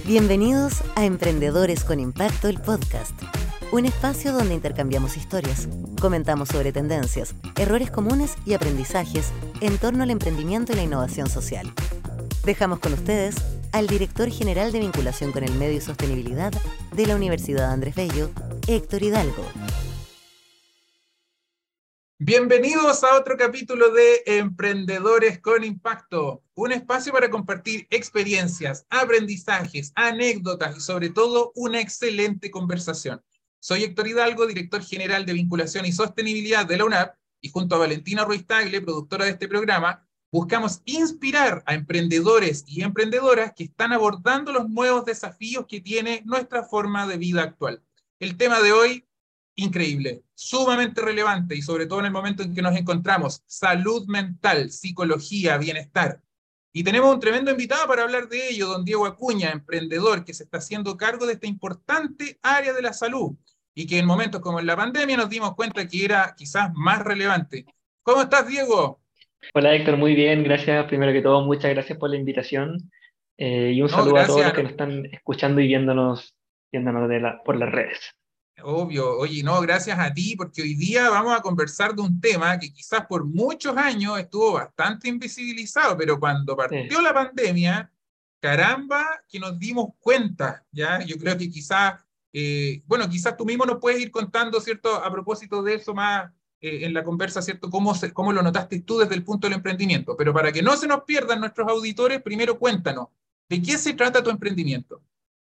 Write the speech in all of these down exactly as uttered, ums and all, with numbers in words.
Bienvenidos a Emprendedores con Impacto, el podcast. Un espacio donde intercambiamos historias, comentamos sobre tendencias, errores comunes y aprendizajes en torno al emprendimiento y la innovación social. Dejamos con ustedes al director general de Vinculación con el Medio y Sostenibilidad de la Universidad Andrés Bello, Héctor Hidalgo. Bienvenidos a otro capítulo de Emprendedores con Impacto, un espacio para compartir experiencias, aprendizajes, anécdotas y sobre todo una excelente conversación. Soy Héctor Hidalgo, director general de Vinculación y Sostenibilidad de la U N A P, y junto a Valentina Ruiz Tagle, productora de este programa, buscamos inspirar a emprendedores y emprendedoras que están abordando los nuevos desafíos que tiene nuestra forma de vida actual. El tema de hoy, increíble, sumamente relevante y sobre todo en el momento en que nos encontramos, salud mental, psicología, bienestar. Y tenemos un tremendo invitado para hablar de ello, don Diego Acuña, emprendedor que se está haciendo cargo de esta importante área de la salud y que en momentos como en la pandemia nos dimos cuenta que era quizás más relevante. ¿Cómo estás, Diego? Hola Héctor, muy bien, gracias. Primero que todo, muchas gracias por la invitación eh, y un No, saludo a todos gracias. los que nos están escuchando y viéndonos, viéndonos de la, por las redes. Obvio, oye, no, gracias a ti, porque hoy día vamos a conversar de un tema que quizás por muchos años estuvo bastante invisibilizado, pero cuando partió Sí. la pandemia, caramba, que nos dimos cuenta, ¿ya? Yo creo que quizás, eh, bueno, quizás tú mismo nos puedes ir contando, ¿cierto? A propósito de eso más eh, en la conversa, ¿cierto? ¿Cómo, se, ¿Cómo lo notaste tú desde el punto del emprendimiento? Pero para que no se nos pierdan nuestros auditores, primero cuéntanos, ¿de qué se trata tu emprendimiento?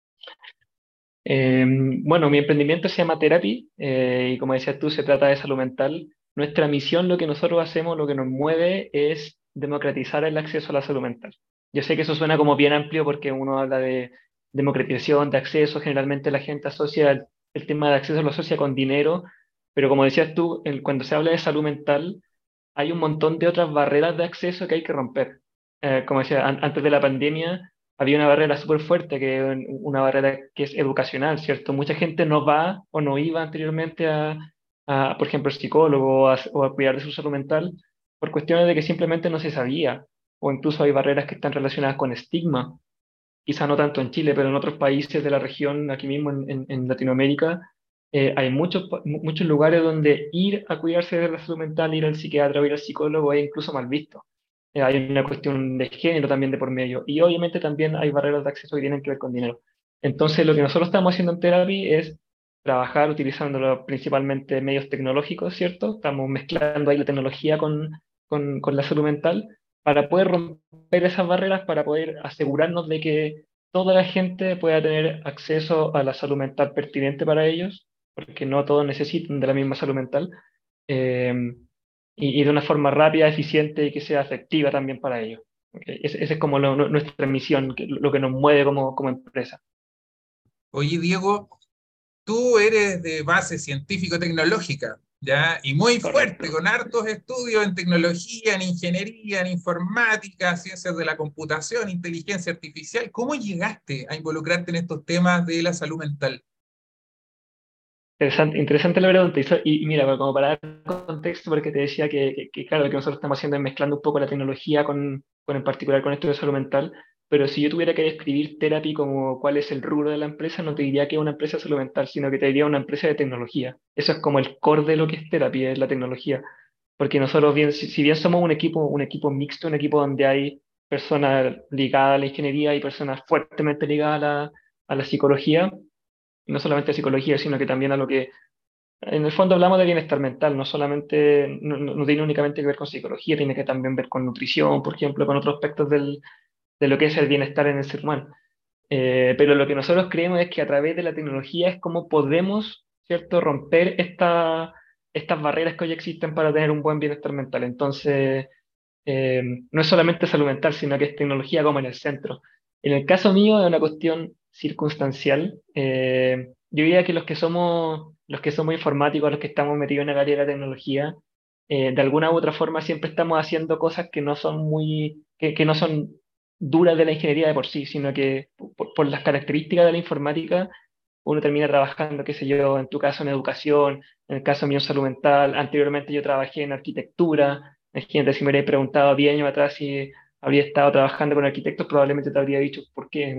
Eh, bueno, mi emprendimiento se llama Therapy eh, y como decías tú, se trata de salud mental. Nuestra misión, lo que nosotros hacemos, lo que nos mueve es democratizar el acceso a la salud mental. Yo sé que eso suena como bien amplio porque uno habla de democratización, de acceso, generalmente la gente asocia el, el tema de acceso lo asocia con dinero, pero como decías tú, el- cuando se habla de salud mental, hay un montón de otras barreras de acceso que hay que romper. Eh, como decía, an- antes de la pandemia había una barrera súper fuerte, que es una barrera que es educacional, ¿cierto? Mucha gente no va o no iba anteriormente a, a, por ejemplo, al psicólogo o a, o a cuidar de su salud mental por cuestiones de que simplemente no se sabía, o incluso hay barreras que están relacionadas con estigma, quizá no tanto en Chile, pero en otros países de la región, aquí mismo en, en- en Latinoamérica, eh, hay muchos, pa- mu- muchos lugares donde ir a cuidarse de la salud mental, ir al psiquiatra o ir al psicólogo es incluso mal visto. Eh, hay una cuestión de género también de por medio. Y obviamente también hay barreras de acceso que tienen que ver con dinero. Entonces, lo que nosotros estamos haciendo en Therapy es trabajar utilizando principalmente medios tecnológicos, ¿cierto? Estamos mezclando ahí la tecnología con, con, con la salud mental para poder romper esas barreras, para poder asegurarnos de que toda la gente pueda tener acceso a la salud mental pertinente para ellos, porque no todos necesitan de la misma salud mental, eh, y, y de una forma rápida, eficiente y que sea efectiva también para ellos. Ok, Ese, ese es como lo- lo- nuestra misión, que- lo que nos mueve como, como empresa. Oye, Diego, tú eres de base científico-tecnológica, ¿ya? Y muy fuerte, Correcto. con hartos estudios en tecnología, en ingeniería, en informática, ciencias de la computación, inteligencia artificial. ¿Cómo llegaste a involucrarte en estos temas de la salud mental? Interesante, interesante la pregunta. Y, so- y- y mira, como para dar contexto, porque te decía que, que, que, claro, lo que nosotros estamos haciendo es mezclando un poco la tecnología con, con en particular con esto de salud mental, pero si yo tuviera que describir Therapy como cuál es el rubro de la empresa, no te diría que es una empresa de salud mental, sino que te diría una empresa de tecnología. Eso es como el core de lo que es Therapy, es la tecnología. Porque nosotros, bien, si, si bien somos un equipo, un equipo mixto, un equipo donde hay personas ligadas a la ingeniería y personas fuertemente ligadas a la, a la psicología, no solamente a psicología, sino que también a lo que en el fondo hablamos de bienestar mental, no solamente, no, no- no tiene únicamente que ver con psicología, tiene que también ver con nutrición, por ejemplo, con otros aspectos del, de lo que es el bienestar en el ser humano. Eh, pero lo que nosotros creemos es que a través de la tecnología es como podemos, ¿cierto?, romper esta, estas barreras que hoy existen para tener un buen bienestar mental. Entonces, eh, no es solamente salud mental, sino que es tecnología como en el centro. En el caso mío es una cuestión circunstancial. Eh, yo diría que los que somos, los que somos informáticos, los que estamos metidos en el área de la tecnología, eh, de alguna u otra forma siempre estamos haciendo cosas que no son muy, que, que no son duras de la ingeniería de por sí, sino que por, por las características de la informática uno termina trabajando, qué sé yo, en tu caso en educación, en el caso mío en salud mental. Anteriormente yo trabajé en arquitectura. Imagínate, si me hubierais preguntado diez años atrás si habría estado trabajando con arquitectos, probablemente te habría dicho por qué.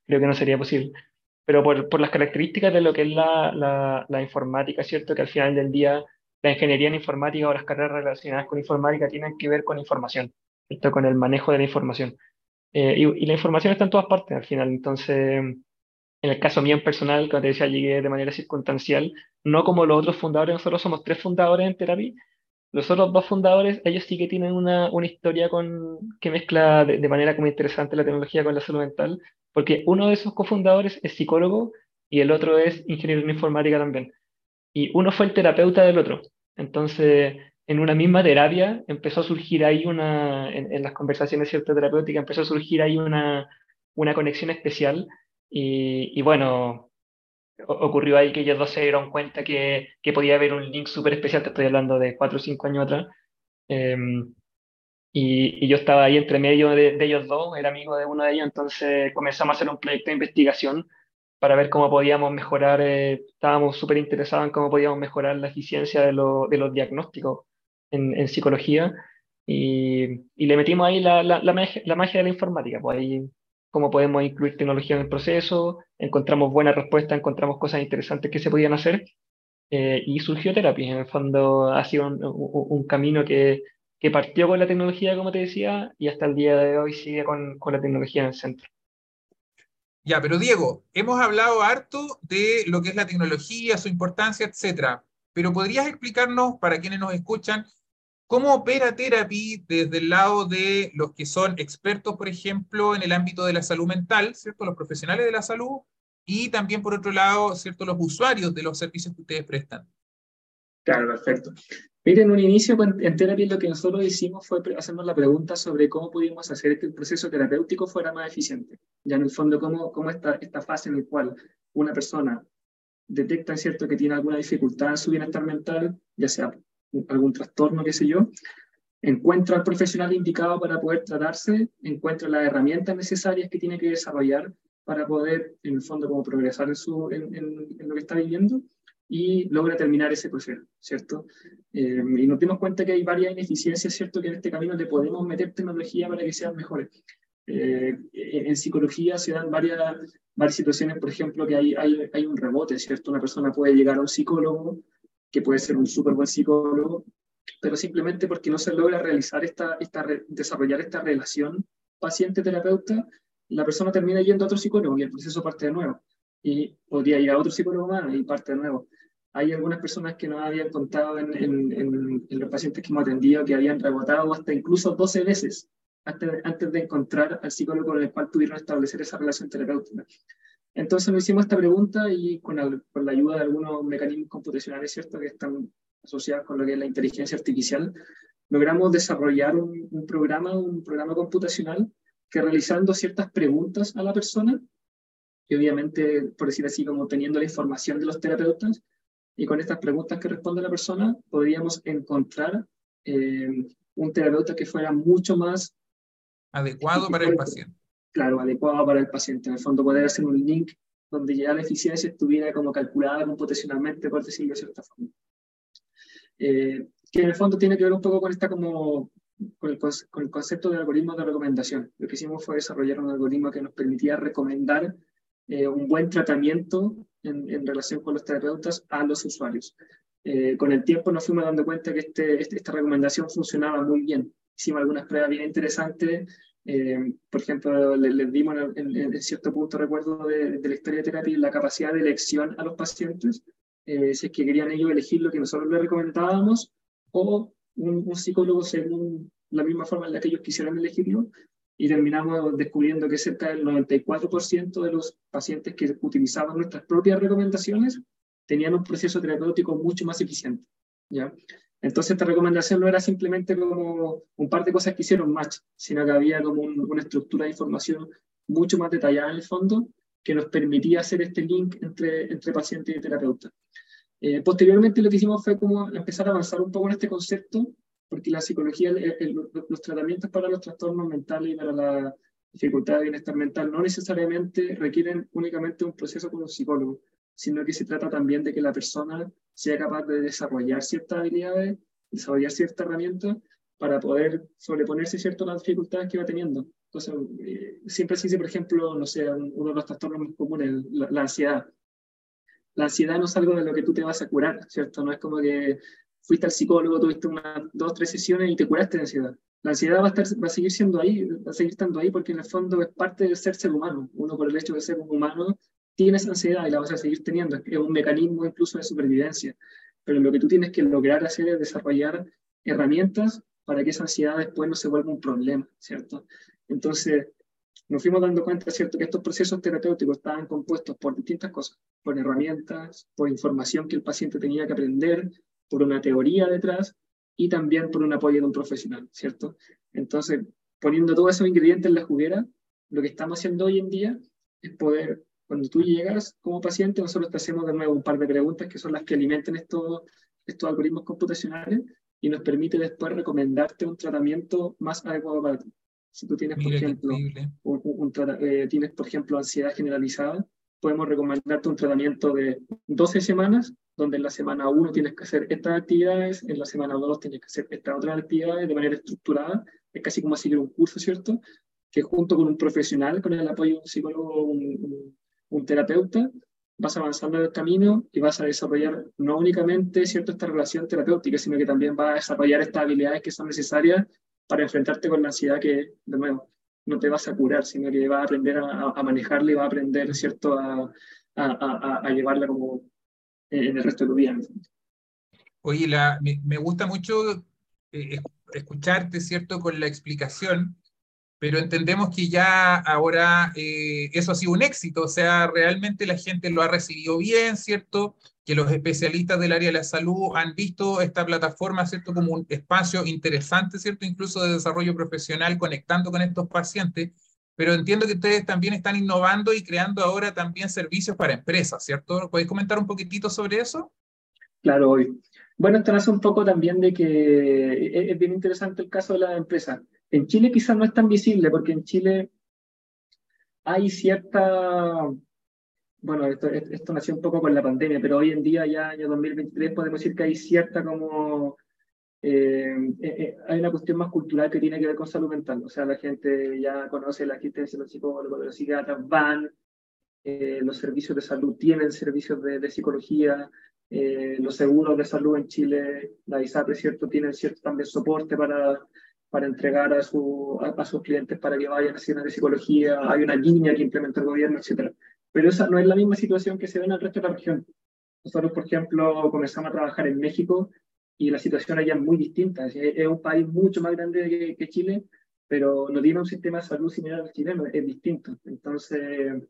creo que no sería posible. Pero por, por las características de lo que es la, la, la informática, ¿cierto? Que al final del día la ingeniería en informática o las carreras relacionadas con informática tienen que ver con información, ¿cierto? Con el manejo de la información. Eh, y, y la información está en todas partes al final. Entonces, en el caso mío en personal, como te decía, llegué de manera circunstancial, no como los otros fundadores. Nosotros somos tres fundadores en Therapy. Los otros dos fundadores, ellos sí que tienen una, una historia con, que mezcla de, de manera como interesante la tecnología con la salud mental, porque uno de esos cofundadores es psicólogo y el otro es ingeniero en informática también. Y uno fue el terapeuta del otro. Entonces, en una misma terapia empezó a surgir ahí una, en, en las conversaciones, ¿cierto?, terapéuticas, empezó a surgir ahí una, una conexión especial. Y, y bueno, o- ocurrió ahí que ellos dos se dieron cuenta que, que podía haber un link súper especial, te estoy hablando de cuatro o cinco años atrás. em, y, y yo estaba ahí entre medio de, de ellos dos, era amigo de uno de ellos, entonces comenzamos a hacer un proyecto de investigación para ver cómo podíamos mejorar, eh, estábamos súper interesados en cómo podíamos mejorar la eficiencia de, lo- de los diagnósticos en, en psicología y, y le metimos ahí la, la, la magia, la magia de la informática, pues ahí cómo podemos incluir tecnología en el proceso, encontramos buenas respuestas, encontramos cosas interesantes que se podían hacer, eh, y surgió Therapy. En el fondo ha sido un, un- un camino que, que partió con la tecnología, como te decía, y hasta el día de hoy sigue con, con la tecnología en el centro. Ya, pero Diego, hemos hablado harto de lo que es la tecnología, su importancia, etcétera. Pero ¿podrías explicarnos, para quienes nos escuchan, cómo opera Therapy desde el lado de los que son expertos, por ejemplo, en el ámbito de la salud mental, ¿cierto? Los profesionales de la salud, y también, por otro lado, ¿cierto? Los usuarios de los servicios que ustedes prestan. Claro, perfecto. Miren, en un inicio con- en Therapy lo que nosotros hicimos fue pre- hacernos la pregunta sobre cómo pudimos hacer que el proceso terapéutico fuera más eficiente. Ya en el fondo, cómo, cómo esta, esta fase en la cual una persona detecta, ¿cierto?, que tiene alguna dificultad en su bienestar mental, ya sea algún trastorno, qué sé yo, encuentra al profesional indicado para poder tratarse, encuentra las herramientas necesarias que tiene que desarrollar para poder, en el fondo, como progresar en, su, en, en, en lo que está viviendo y logra terminar ese proceso, ¿cierto? Eh, y nos dimos cuenta que hay varias ineficiencias, ¿cierto?, que en este camino le podemos meter tecnología para que sean mejores. Eh, en psicología se dan varias, varias situaciones, por ejemplo, que hay, hay, hay un rebote, ¿cierto? Una persona puede llegar a un psicólogo, que puede ser un súper buen psicólogo, pero simplemente porque no se logra realizar esta, esta re, desarrollar esta relación paciente-terapeuta, la persona termina yendo a otro psicólogo y el proceso parte de nuevo. Y podría ir a otro psicólogo más y parte de nuevo. Hay algunas personas que nos habían contado en, en, en, en los pacientes que hemos atendido que habían rebotado hasta incluso doce veces antes, antes de encontrar al psicólogo con el cual pudieron establecer esa relación terapéutica. Entonces nos hicimos esta pregunta y con, el, con la ayuda de algunos mecanismos computacionales, ¿cierto?, que están asociados con lo que es la inteligencia artificial, logramos desarrollar un, un programa, un programa computacional que realizando ciertas preguntas a la persona, y obviamente, por decir así, como teniendo la información de los terapeutas, y con estas preguntas que responde la persona, podríamos encontrar eh, un terapeuta que fuera mucho más Adecuado para el paciente. Claro, adecuado para el paciente. En el fondo, poder hacer un link donde ya la eficiencia estuviera como calculada computacionalmente, por decirlo de cierta forma. Eh, que en el fondo tiene que ver un poco con esta como con el, con el concepto de algoritmos de recomendación. Lo que hicimos fue desarrollar un algoritmo que nos permitía recomendar eh, un buen tratamiento en, en relación con los terapeutas a los usuarios. Eh, con el tiempo nos fuimos dando cuenta que este, este, esta recomendación funcionaba muy bien. Hicimos algunas pruebas bien interesantes. Eh, por ejemplo, les, les dimos en, en, en cierto punto, recuerdo de, de la historia de terapia, la capacidad de elección a los pacientes, eh, si es que querían ellos elegir lo que nosotros les recomendábamos o un, un psicólogo según la misma forma en la que ellos quisieran elegirlo, y terminamos descubriendo que cerca del noventa y cuatro por ciento de los pacientes que utilizaban nuestras propias recomendaciones tenían un proceso terapéutico mucho más eficiente, ¿ya? Entonces esta recomendación no era simplemente como un par de cosas que hicieron match, sino que había como un, una estructura de información mucho más detallada en el fondo que nos permitía hacer este link entre, entre paciente y terapeuta. Eh, posteriormente lo que hicimos fue como empezar a avanzar un poco en este concepto, porque la psicología, el, el, los tratamientos para los trastornos mentales y para la dificultad de bienestar mental no necesariamente requieren únicamente un proceso con un psicólogo, sino que se trata también de que la persona sea capaz de desarrollar ciertas habilidades, desarrollar ciertas herramientas para poder sobreponerse, ¿cierto?, a las dificultades que va teniendo. Entonces, eh, siempre se dice, por ejemplo, no sé, un, uno de los trastornos más comunes, la, la ansiedad. La ansiedad no es algo de lo que tú te vas a curar, ¿cierto? No es como que fuiste al psicólogo, tuviste unas dos, tres sesiones y te curaste de ansiedad. La ansiedad va a, estar, va a seguir siendo ahí, va a seguir estando ahí porque en el fondo es parte del ser ser humano. Uno, por el hecho de ser un humano, tiene esa ansiedad y la vas a seguir teniendo. Es un mecanismo incluso de supervivencia. Pero lo que tú tienes que lograr hacer es desarrollar herramientas para que esa ansiedad después no se vuelva un problema, ¿cierto? Entonces, nos fuimos dando cuenta, ¿cierto?, que estos procesos terapéuticos estaban compuestos por distintas cosas, por herramientas, por información que el paciente tenía que aprender, por una teoría detrás y también por un apoyo de un profesional, ¿cierto? Entonces, poniendo todos esos ingredientes en la juguera, lo que estamos haciendo hoy en día es poder, cuando tú llegas como paciente, nosotros te hacemos de nuevo un par de preguntas que son las que alimentan estos, estos algoritmos computacionales y nos permite después recomendarte un tratamiento más adecuado para ti. Si tú tienes, por Mira, ejemplo, un, un, un, eh, tienes, por ejemplo, ansiedad generalizada, podemos recomendarte un tratamiento de doce semanas, donde en la semana uno tienes que hacer estas actividades, en la semana dos tienes que hacer estas otras actividades de manera estructurada, es casi como seguir un curso, ¿cierto? Que junto con un profesional, con el apoyo de un psicólogo o un, un, un terapeuta, vas avanzando en el camino y vas a desarrollar no únicamente, ¿cierto?, esta relación terapéutica, sino que también vas a desarrollar estas habilidades que son necesarias para enfrentarte con la ansiedad que, de nuevo, no te vas a curar, sino que vas a aprender a, a manejarla y vas a aprender, ¿cierto?, a, a, a, a llevarla como en el resto de tu vida. Oye, la, me, me gusta mucho eh, escucharte, ¿cierto?, con la explicación, pero entendemos que ya ahora eh, eso ha sido un éxito, o sea, realmente la gente lo ha recibido bien, ¿cierto?, que los especialistas del área de la salud han visto esta plataforma, ¿cierto?, como un espacio interesante, ¿cierto?, incluso de desarrollo profesional, conectando con estos pacientes, pero entiendo que ustedes también están innovando y creando ahora también servicios para empresas, ¿cierto? ¿Puedes comentar un poquitito sobre eso? Claro, hoy. Bueno, esto nace un poco también de que es bien interesante el caso de la empresa. En Chile quizás no es tan visible, porque en Chile hay cierta... Bueno, esto, esto nació un poco con la pandemia, pero hoy en día, ya año dos mil veintitrés, podemos decir que hay cierta como... Eh, eh, hay una cuestión más cultural que tiene que ver con salud mental. O sea, la gente ya conoce la existencia de los psicólogos, de los psiquiatras, van, eh, los servicios de salud tienen servicios de, de psicología, eh, los seguros de salud en Chile, la ISAPRE, ¿cierto?, tienen cierto también soporte para, para entregar a, su, a, a sus clientes para que vayan a sesiones de psicología, hay una línea que implementa el gobierno, etcétera. Pero esa no es la misma situación que se ve en el resto de la región. Nosotros, por ejemplo, comenzamos a trabajar en México y la situación allá es muy distinta. Es, es un país mucho más grande que, que Chile, pero no tiene un sistema de salud similar al chileno, es distinto. Entonces,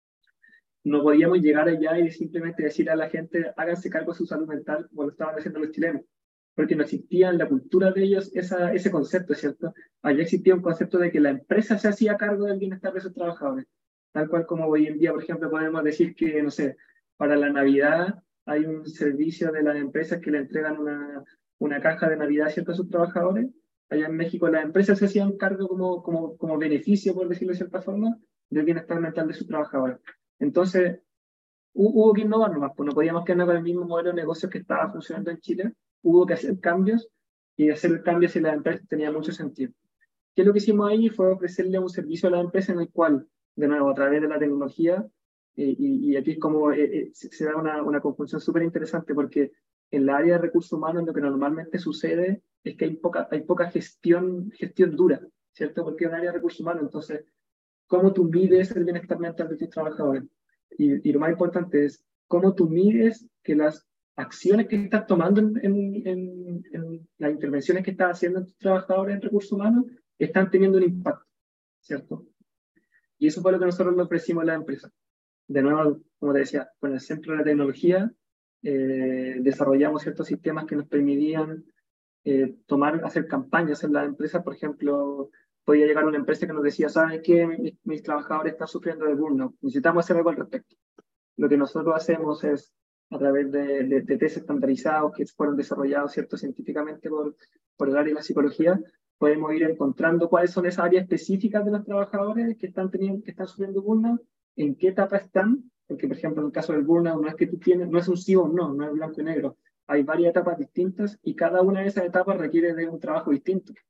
no podíamos llegar allá y simplemente decir a la gente, háganse cargo de su salud mental, como lo estaban haciendo los chilenos, porque no existía en la cultura de ellos esa, ese concepto, ¿cierto? Allá existía un concepto de que la empresa se hacía cargo del bienestar de sus trabajadores, tal cual como hoy en día, por ejemplo, podemos decir que, no sé, para la Navidad hay un servicio de las empresas que le entregan una, una caja de Navidad, ¿cierto?, a sus trabajadores. Allá en México las empresas se hacían cargo como, como, como beneficio, por decirlo de cierta forma, del bienestar mental de sus trabajadores. Entonces, hubo que innovar nomás, pues no podíamos quedarnos con el mismo modelo de negocios que estaba funcionando en Chile, hubo que hacer cambios, y hacer cambios en las empresas tenía mucho sentido. ¿Qué es lo que hicimos ahí? Fue ofrecerle un servicio a la empresa en el cual, de nuevo, a través de la tecnología, eh, y, y aquí es como eh, eh, se, se da una, una conjunción súper interesante, porque en la área de recursos humanos lo que normalmente sucede es que hay poca, hay poca gestión, gestión dura, ¿cierto? Porque es un área de recursos humanos, entonces, ¿cómo tú mides el bienestar mental de tus trabajadores? Y, y lo más importante es, ¿cómo tú mides que las acciones que estás tomando en, en, en, en las intervenciones que estás haciendo en tus trabajadores en recursos humanos están teniendo un impacto, ¿cierto? Y eso fue lo que nosotros le ofrecimos a la empresa. De nuevo, como te decía, con el centro de la tecnología, eh, desarrollamos ciertos sistemas que nos permitían eh, tomar, hacer campañas en la empresa. Por ejemplo, podía llegar una empresa que nos decía, ¿sabes qué? Mis, mis trabajadores están sufriendo de burnout, necesitamos hacer algo al respecto. Lo que nosotros hacemos es, a través de, de, de test estandarizados que fueron desarrollados, ¿cierto?, científicamente por, por el área de la psicología, podemos ir encontrando cuáles son esas áreas específicas de los trabajadores que están, teniendo, que están sufriendo burnout, en qué etapa están, porque, por ejemplo, en el caso del burnout no es que tú tienes, no es un sí o un no, no es blanco y negro, hay varias etapas distintas y cada una de esas etapas requiere de un trabajo distinto.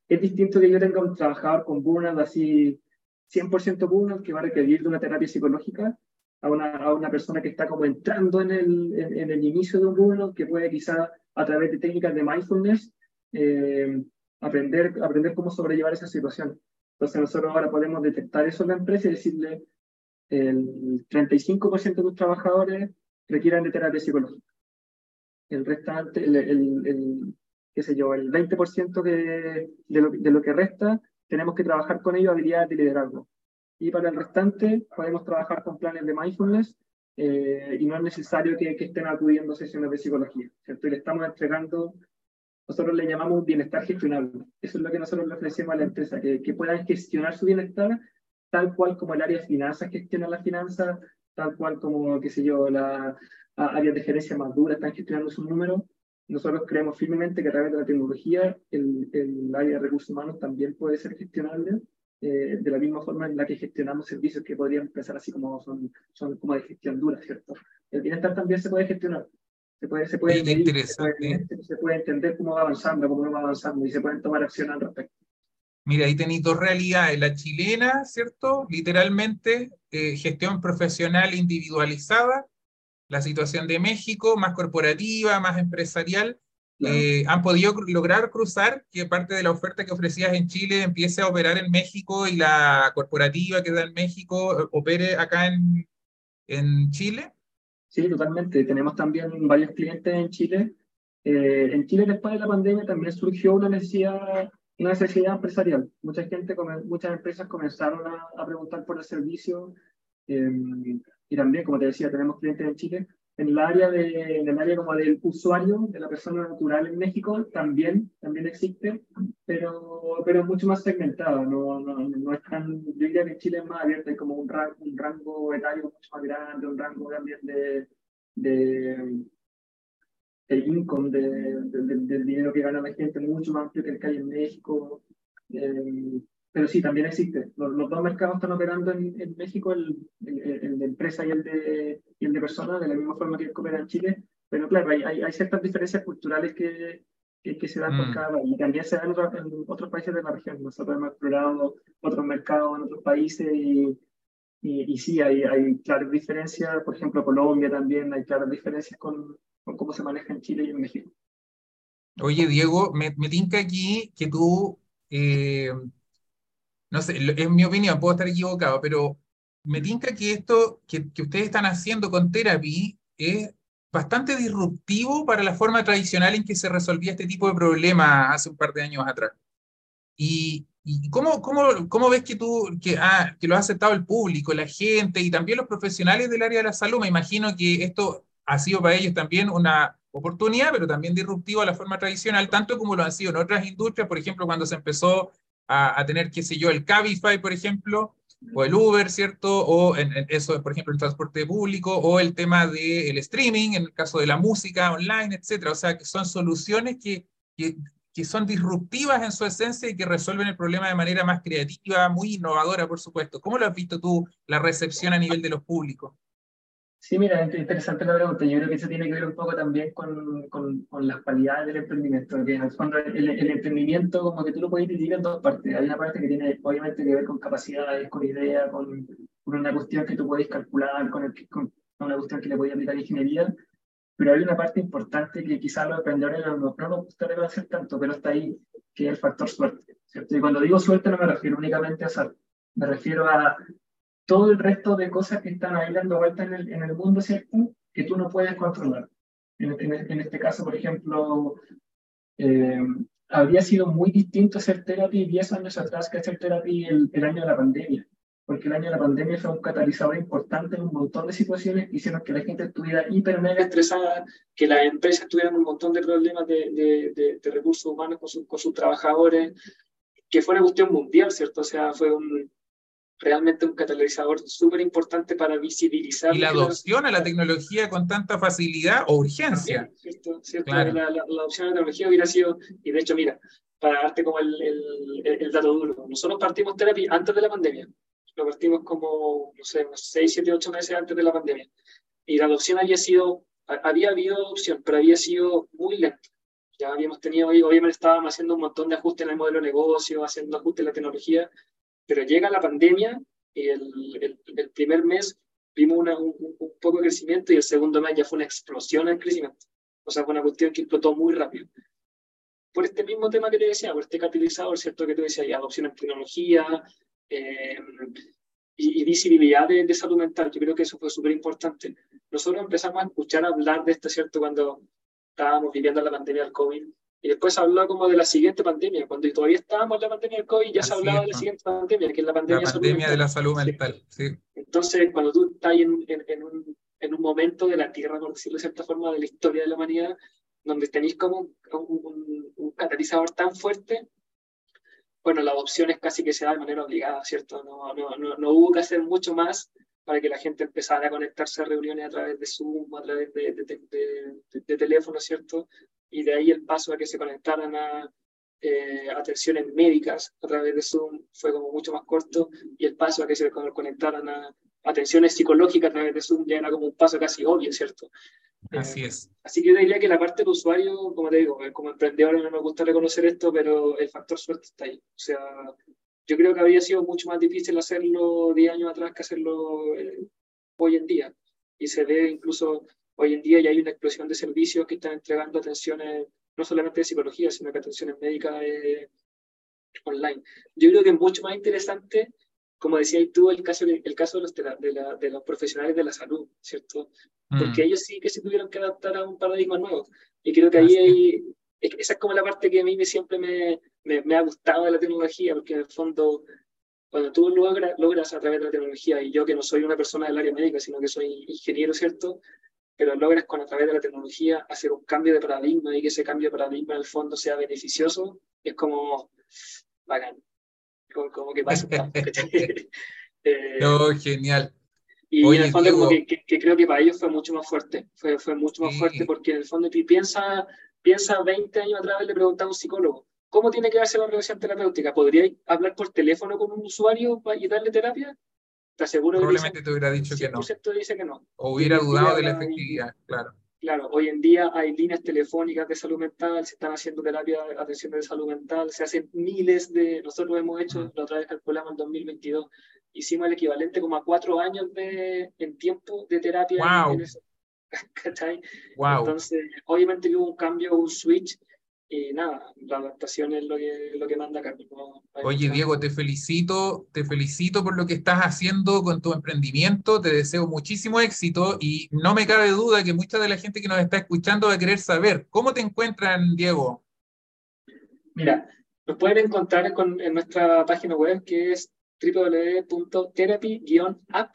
Es distinto que yo tenga un trabajador con burnout así cien por ciento burnout que va a requerir de una terapia psicológica a una, a una persona que está como entrando en el, en, en el inicio de un burnout, que puede quizá a través de técnicas de mindfulness eh, aprender, aprender cómo sobrellevar esa situación. Entonces nosotros ahora podemos detectar eso en la empresa y decirle el treinta y cinco por ciento de tus trabajadores requieren de terapia psicológica. El restante, el, el, el, qué sé yo, el veinte por ciento que, de, lo, de lo que resta, tenemos que trabajar con ellos habilidades de liderazgo. Y para el restante, podemos trabajar con planes de mindfulness eh, y no es necesario que, que estén acudiendo a sesiones de psicología, ¿cierto? Y le estamos entregando, nosotros le llamamos un bienestar gestionable. Eso es lo que nosotros le ofrecemos a la empresa, que, que puedan gestionar su bienestar tal cual como el área de finanzas gestiona las finanzas, tal cual como, qué sé yo, la áreas de gerencia más duras están gestionando sus números. Nosotros creemos firmemente que a través de la tecnología el, el área de recursos humanos también puede ser gestionable eh, de la misma forma en la que gestionamos servicios que podrían empezar así como son, son como de gestión dura, ¿cierto? El bienestar también se puede gestionar, se puede, se puede Oye, qué medir, se puede, interesante. se puede entender cómo va avanzando, cómo no va avanzando y se pueden tomar acción al respecto. Mira, ahí tenéis dos realidades, la chilena, ¿cierto? Literalmente, eh, gestión profesional individualizada, la situación de México, más corporativa, más empresarial. Claro. Eh, ¿han podido cr- lograr cruzar que parte de la oferta que ofrecías en Chile empiece a operar en México y la corporativa que da en México eh, opere acá en, en Chile? Sí, totalmente. Tenemos también varios clientes en Chile. Eh, en Chile, después de la pandemia, también surgió una necesidad, una necesidad empresarial. Mucha gente, come- muchas empresas comenzaron a, a preguntar por el servicio. eh, y también, como te decía, tenemos clientes en Chile. En el área, de, en el área como del usuario, de la persona natural en México, también, también existe, pero, pero mucho más segmentado. No, no, no es tan, yo diría que en Chile es más abierto, hay como un, rango, un rango etario mucho más grande, un rango también de, de, de income, de, de, de, del dinero que gana la gente, mucho más amplio que el que hay en México. Eh, pero sí, también existe. Los, los dos mercados están operando en, en México, el, el, el de empresa y el de, y el de personas, de la misma forma que el que opera en Chile. Pero claro, hay, hay, hay ciertas diferencias culturales que, que, que se dan por Mm. cada país. Y también se dan en, otros- en otros países de la región. Nosotros hemos explorado otros mercados en otros países y, y, y sí, hay, hay claras diferencias. Por ejemplo, Colombia también hay claras diferencias con, con cómo se maneja en Chile y en México. Oye, Diego, me, me tinca aquí que tú, eh, no sé, lo- es mi opinión, puedo estar equivocado, pero me tinca que esto que, que ustedes están haciendo con Therapy es bastante disruptivo para la forma tradicional en que se resolvía este tipo de problemas hace un par de años atrás. ¿Y, y cómo, cómo, cómo ves que tú, que, ah, que lo ha aceptado el público, la gente y también los profesionales del área de la salud? Me imagino que esto ha sido para ellos también una oportunidad, pero también disruptivo a la forma tradicional, tanto como lo han sido en otras industrias, por ejemplo, cuando se empezó a, a tener, qué sé yo, el Cabify, por ejemplo, o el Uber, ¿cierto? O en, en eso, por ejemplo, el transporte público, o el tema del streaming, en el caso de la música online, etcétera. O sea, que son soluciones que, que que son disruptivas en su esencia y que resuelven el problema de manera más creativa, muy innovadora, por supuesto. ¿Cómo lo has visto tú, la recepción a nivel de los públicos? Sí, mira, es interesante la pregunta. Yo creo que eso tiene que ver un poco también con, con, con las cualidades del emprendimiento. Que en el fondo el, el emprendimiento, como que tú lo puedes dividir en dos partes. Hay una parte que tiene obviamente que ver con capacidades, con ideas, con, con una cuestión que tú puedes calcular, con, el, con una cuestión que le puedes aplicar ingeniería. Pero hay una parte importante que quizás los emprendedores no, no nos gusta reconocer tanto, pero está ahí, que es el factor suerte, ¿cierto? Y cuando digo suerte no me refiero únicamente a azar, me refiero a todo el resto de cosas que están ahí dando vueltas en el, en el mundo, ¿cierto? Que tú no puedes controlar. En, en, en este caso, por ejemplo, eh, habría sido muy distinto hacer terapia diez años atrás que hacer terapia el, el año de la pandemia, porque el año de la pandemia fue un catalizador importante en un montón de situaciones que hicieron que la gente estuviera hiper mega estresada, que las empresas tuvieran un montón de problemas de, de, de, de recursos humanos con, su, con sus trabajadores, que fue una cuestión mundial, ¿cierto? O sea, fue un realmente un catalizador súper importante para visibilizar Y lo la que la adopción a la tecnología con tanta facilidad o urgencia. también, ¿cierto? ¿Cierto? Claro. La, la, la adopción de la tecnología hubiera sido, y de hecho, mira, para darte como el, el, el dato duro, nosotros partimos terapia antes de la pandemia, lo partimos como, no sé, unos seis, siete, ocho meses antes de la pandemia, y la adopción había sido, había habido adopción, pero había sido muy lenta. Ya habíamos tenido, obviamente estábamos haciendo un montón de ajustes en el modelo de negocio, haciendo ajustes en la tecnología, pero llega la pandemia y el, el, el primer mes vimos una, un, un poco de crecimiento y el segundo mes ya fue una explosión en el crecimiento. O sea, fue una cuestión que explotó muy rápido. Por este mismo tema que te decía, por este catalizador, ¿cierto? Que tú decías, y adopción en tecnología eh, y, y visibilidad de, de salud mental. Yo creo que eso fue súper importante. Nosotros empezamos a escuchar hablar de esto, ¿cierto? Cuando estábamos viviendo la pandemia del COVID. Y después se habló como de la siguiente pandemia. Cuando todavía estábamos en la pandemia del COVID, ya Así se hablaba es, de la ¿no? siguiente pandemia, que es la pandemia, La pandemia de la salud mental, sí. Sí. Entonces, cuando tú estás en, en, en, un, en un momento de la Tierra, por decirlo de cierta forma, de la historia de la humanidad, donde tenéis como un, un, un catalizador tan fuerte, bueno, la adopción es casi que se da de manera obligada, ¿cierto? No, no, no, no hubo que hacer mucho más para que la gente empezara a conectarse a reuniones a través de Zoom, a través de, de, de, de, de, de teléfono, ¿cierto? Y de ahí el paso a que se conectaran a eh, atenciones médicas a través de Zoom fue como mucho más corto, y el paso a que se conectaran a atenciones psicológicas a través de Zoom ya era como un paso casi obvio, ¿cierto? Así Eh, es. así que yo diría que la parte del usuario, como te digo, como emprendedor no me gusta reconocer esto, pero el factor suerte está ahí. O sea, yo creo que habría sido mucho más difícil hacerlo diez años atrás que hacerlo eh, hoy en día. Y se ve incluso hoy en día ya hay una explosión de servicios que están entregando atenciones, no solamente de psicología, sino que atenciones médicas eh, online. Yo creo que es mucho más interesante, como decías tú, el caso, el caso de, los, de, la, de, la, de los profesionales de la salud, ¿cierto? Porque mm. ellos sí que se tuvieron que adaptar a un paradigma nuevo. Y creo que ahí hay, esa es como la parte que a mí me, siempre me, me, me ha gustado de la tecnología, porque en el fondo, cuando tú logras, logras a través de la tecnología, y yo que no soy una persona del área médica, sino que soy ingeniero, ¿cierto? Pero logras con a través de la tecnología hacer un cambio de paradigma y que ese cambio de paradigma en el fondo sea beneficioso, es como bacán. Como, como que pasa. eh, no, genial. Y Oye, en el fondo Diego, como que, que, que creo que para ellos fue mucho más fuerte, fue, fue mucho más sí. fuerte, porque en el fondo tú piensas piensa veinte años atrás le preguntaba a un psicólogo, ¿cómo tiene que darse la relación terapéutica? ¿Podría hablar por teléfono con un usuario y darle terapia? Te aseguro Probablemente que te hubiera dicho que no. dice que no. O hubiera dudado de la efectividad, claro. Claro, hoy en día hay líneas telefónicas de salud mental, se están haciendo terapia, atención de salud mental, se hacen miles de, nosotros lo hemos hecho, uh-huh. la otra vez calculamos en dos mil veintidós, hicimos el equivalente como a cuatro años de, en tiempo de terapia. Wow. En eso, ¿cachai? Wow. Entonces, obviamente hubo un cambio, un switch, y nada, la adaptación es lo que, lo que manda acá. ¿No? Oye, Diego, te felicito, te felicito por lo que estás haciendo con tu emprendimiento, te deseo muchísimo éxito y no me cabe duda que mucha de la gente que nos está escuchando va a querer saber, ¿cómo te encuentran, Diego? Mira, nos pueden encontrar con, en nuestra página web que es doble u doble u doble u punto therapy guion app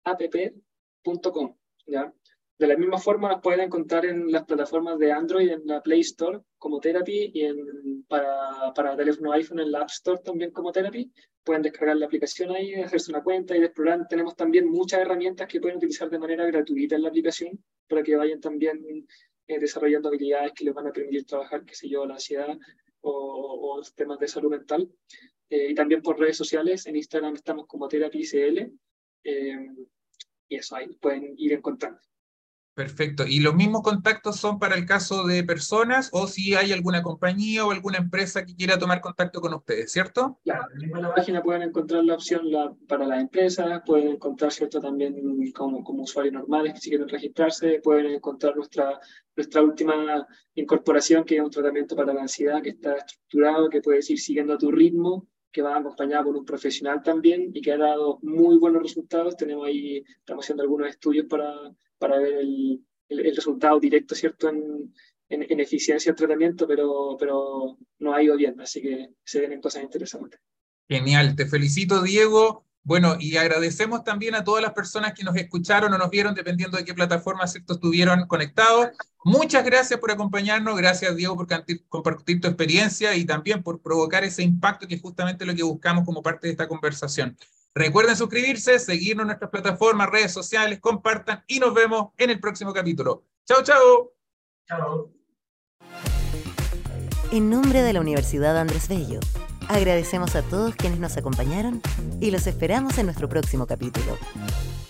punto com, ¿ya? De la misma forma nos pueden encontrar en las plataformas de Android, en la Play Store como Therapy, y en, para, para teléfono iPhone en la App Store también como Therapy. Pueden descargar la aplicación ahí, hacerse una cuenta y explorar. Tenemos también muchas herramientas que pueden utilizar de manera gratuita en la aplicación para que vayan también eh, desarrollando habilidades que les van a permitir trabajar, qué sé yo, la ansiedad o, o los temas de salud mental. Eh, y también por redes sociales, en Instagram estamos como Therapy C L, eh, y eso ahí pueden ir encontrando. Perfecto. ¿Y los mismos contactos son para el caso de personas o si hay alguna compañía o alguna empresa que quiera tomar contacto con ustedes, ¿cierto? Claro, en la página pueden encontrar la opción la, para las empresas, pueden encontrar, ¿cierto?, también como, como usuarios normales que si quieren registrarse, pueden encontrar nuestra, nuestra última incorporación, que es un tratamiento para la ansiedad que está estructurado, que puedes ir siguiendo a tu ritmo, que va acompañado por un profesional también y que ha dado muy buenos resultados. Tenemos ahí, estamos haciendo algunos estudios para, para ver el, el, el resultado directo, ¿cierto?, en, en, en eficiencia del tratamiento, pero, pero no ha ido bien, así que se vienen cosas interesantes. Genial, te felicito, Diego. Bueno, y agradecemos también a todas las personas que nos escucharon o nos vieron, dependiendo de qué plataforma, ¿cierto?, estuvieron conectados. Muchas gracias por acompañarnos, gracias, Diego, por compartir tu experiencia y también por provocar ese impacto que es justamente lo que buscamos como parte de esta conversación. Recuerden suscribirse, seguirnos en nuestras plataformas, redes sociales, compartan y nos vemos en el próximo capítulo. ¡Chao, chao! Chao. En nombre de la Universidad Andrés Bello, agradecemos a todos quienes nos acompañaron y los esperamos en nuestro próximo capítulo.